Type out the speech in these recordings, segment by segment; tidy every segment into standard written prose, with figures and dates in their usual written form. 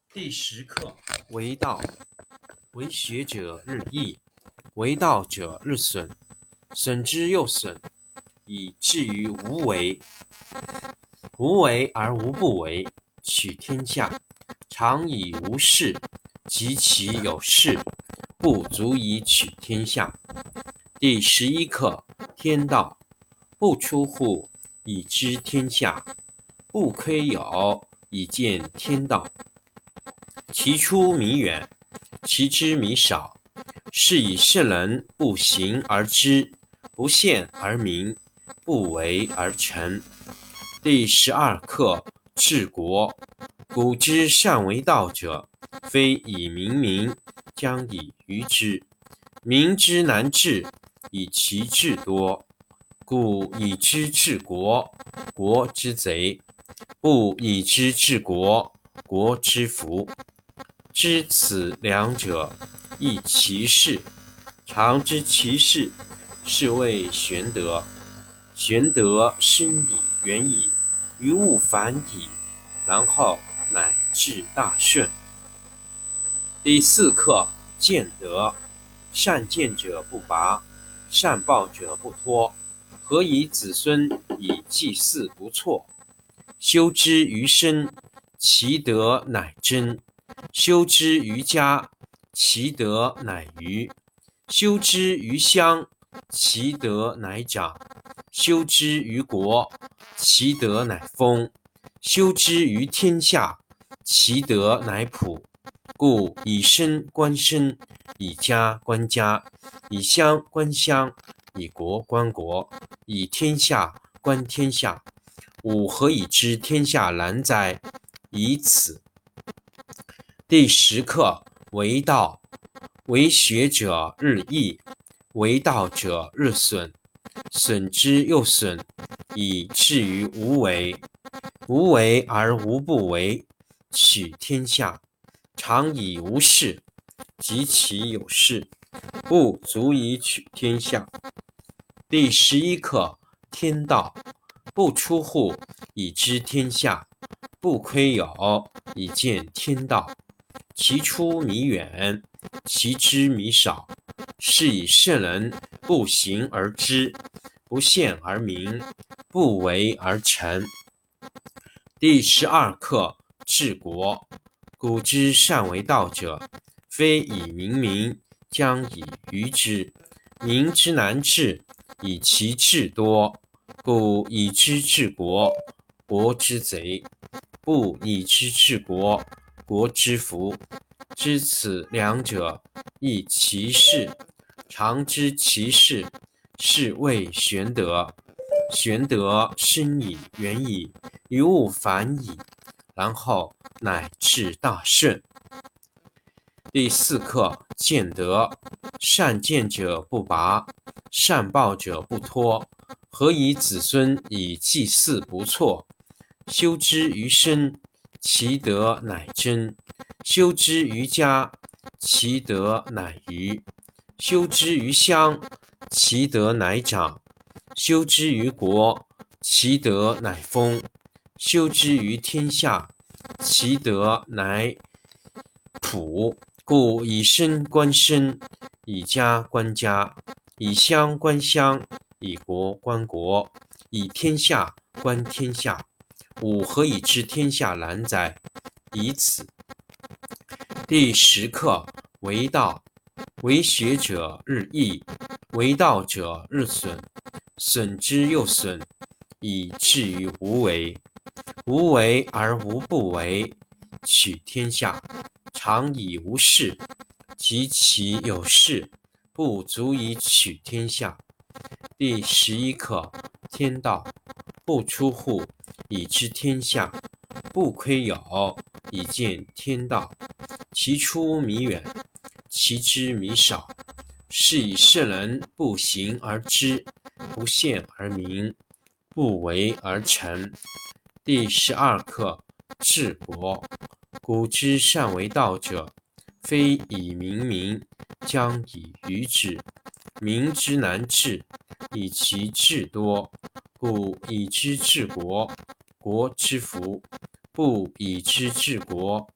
第10课：为道，为学者日益，为道者日损，损之又损，以至于无为。无为而无不为，取天下常以无事，及其有事，不足以取天下。第11课：天道，不出户，以知天下；不窥牖，以见天道。其出弥远，其知弥少。是以圣人不行而知，不见而明，不为而成。第12课：治国。古之善为道者，非以明民，将以愚之。民之难治，以其智多。故以知治国，国之贼；不以知治国，国之福。知此两者，亦其事。常知其事，是谓玄德。玄德深矣，远矣，于物反矣，然后乃至大顺。第4课：见德。善见者不拔，善报者不脱。何以子孙以祭祀不辍？修之于身，其德乃真；修之于家，其德乃余；修之于乡，其德乃长；修之于国，其德乃丰；修之于天下，其德乃普。故以身观身，以家观家，以乡观乡，以国观国，以天下观天下。吾何以知天下然哉？以此。第10课：为道，为学者日益，为道者日损，损之又损，以至于无为。无为而无不为，取天下常以无事，及其有事，不足以取天下。第11课：天道，不出户，以知天下；不窥牖，以见天道。其出弥远，其知弥少。是以圣人不行而知，不见而明，不为而成。第12课：治国。古之善为道者，非以明民，将以愚之。民之难治，以其智多。故以知治国，国之贼；不以知治国，国之福。知此两者，亦其事。常知其事，是谓玄德。玄德深矣，远矣，于物反矣，然后乃至大顺。第4课：见德。善见者不拔，善报者不脱。何以子孙以祭祀不辍？修之于身，其德乃真；修之于家，其德乃余；修之于乡，其德乃长；修之于国，其德乃丰；修之于天下，其德乃普。故以身观身，以家观家，以乡观乡，以国观国，以天下观天下。吾何以知天下然哉？以此。第10课：为道，为学者日益，为道者日损，损之又损，以至于无为。无为而无不为，取天下常以无事，及其有事，不足以取天下。第11课：天道，不出户，以知天下；不窥牖，以见天道。其出弥远，其知弥少。是以圣人不行而知，不见而明，不为而成。第12课：治国。古之善为道者，非以明民，将以愚之。民之难治，以其智多。故以知治国，国之福；不以知治国，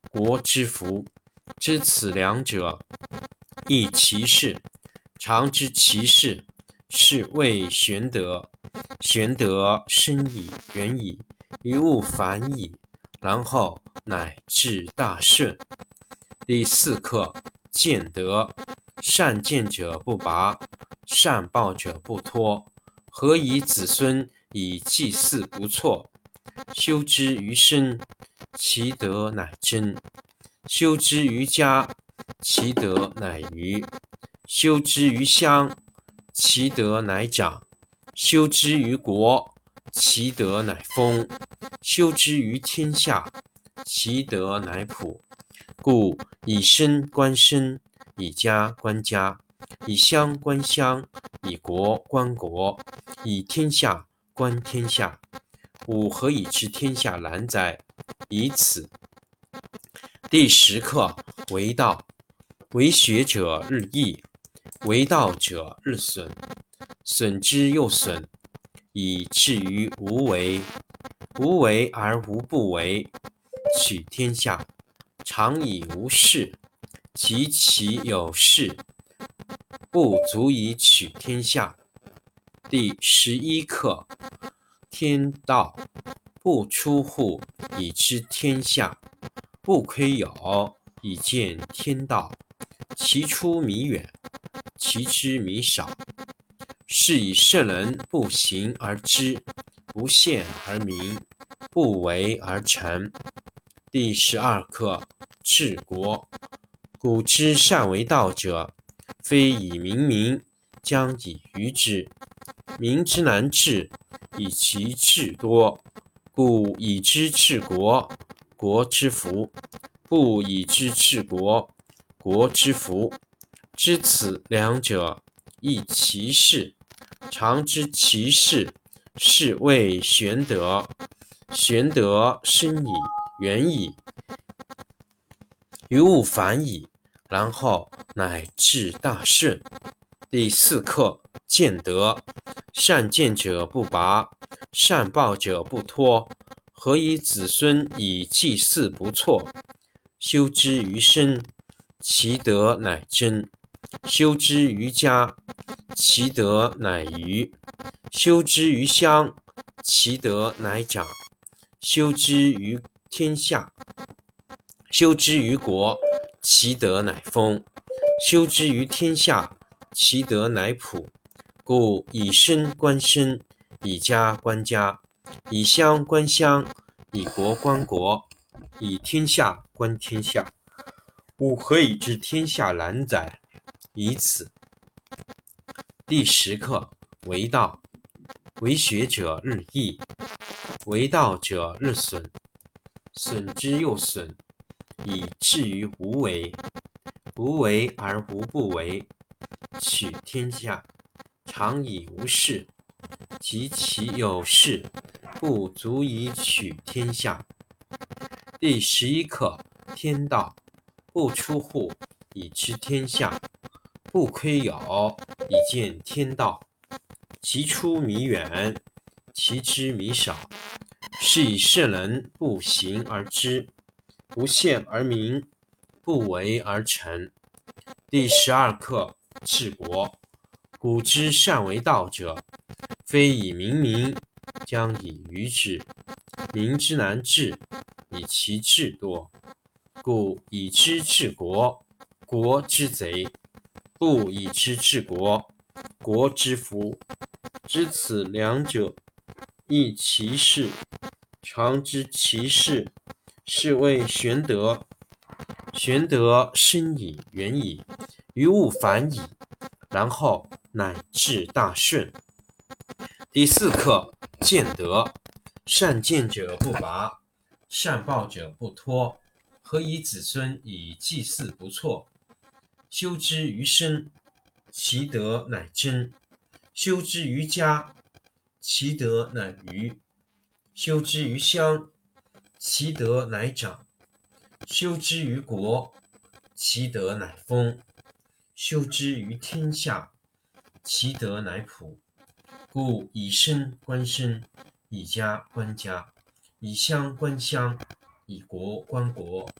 国之福。知此两者，亦其事。常知其事，是谓玄德。玄德深矣，远矣，于物反矣，然后乃至大顺。第四课，见德。善见者不拔，善抱者不脱。何以子孙以祭祀不辍？修之于身，其德乃真；修之于家，其德乃余；修之于乡，其德乃长；修之于国，其德乃丰；修之于天下，其德乃普。故以身观身，以家观家，以乡观乡，以国观国，以天下观天下。吾何以知天下然哉？以此。第十课，为道。为学者日益，为道者日损，损之又损，以至于无为。无为而无不为，取天下常以无事，及其有事，不足以取天下。第11课，天道。不出户，以知天下；不窥牖，以见天道。其出弥远，其知弥少。是以圣人不行而知，不见而明，不为而成。第12课，治国。古之善为道者，非以明民，将以愚之。民之难治，以其智多。故以知治国，国之福；不以知治国，国之福。知此两者，亦其事。常知其事，是谓玄德。玄德深矣，远矣，于物反矣，然后乃至大顺。第四课，见德。善见者不拔，善抱者不脱。何以子孙以祭祀不辍？修之于身，其德乃真；修之于家，其德乃余；修之于乡，其德乃长；修之于天下，修之于国，其德乃丰；修之于天下，其德乃普。故以身观身，以家观家，以乡观乡，以国观国，以天下观天下。吾何以知天下然哉？以此。第10课，为道。为学者日益，为道者日损，损之又损，以至于无为。无为而无不为，取天下常以无事，及其有事，不足以取天下。第11课，天道。不出户，以知天下；不窥牖，以见天道。其出弥远，其知弥少。是以圣人不行而知，不见而明，不为而成。第12课，治国。古之善为道者，非以明民，将以愚之。民之难治，以其智多。故以知治国，国之贼；不以知治国，国之福。知此两者，亦其事。常知其事，是谓玄德。玄德深矣，远矣，于物反矣，然后乃至大顺。第4课，见德。善见者不拔，善抱者不脱。何以子孙以祭祀不辍？修之于身，其德乃真；修之于家，其德乃余；修之于乡，其德乃长；修之于国，其德乃丰；修之于天下，其德乃普。故以身观身，以家观家，以乡观乡，以国观国，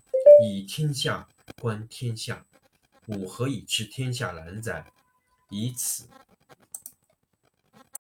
以天下观天下，吾何以知天下然哉？以此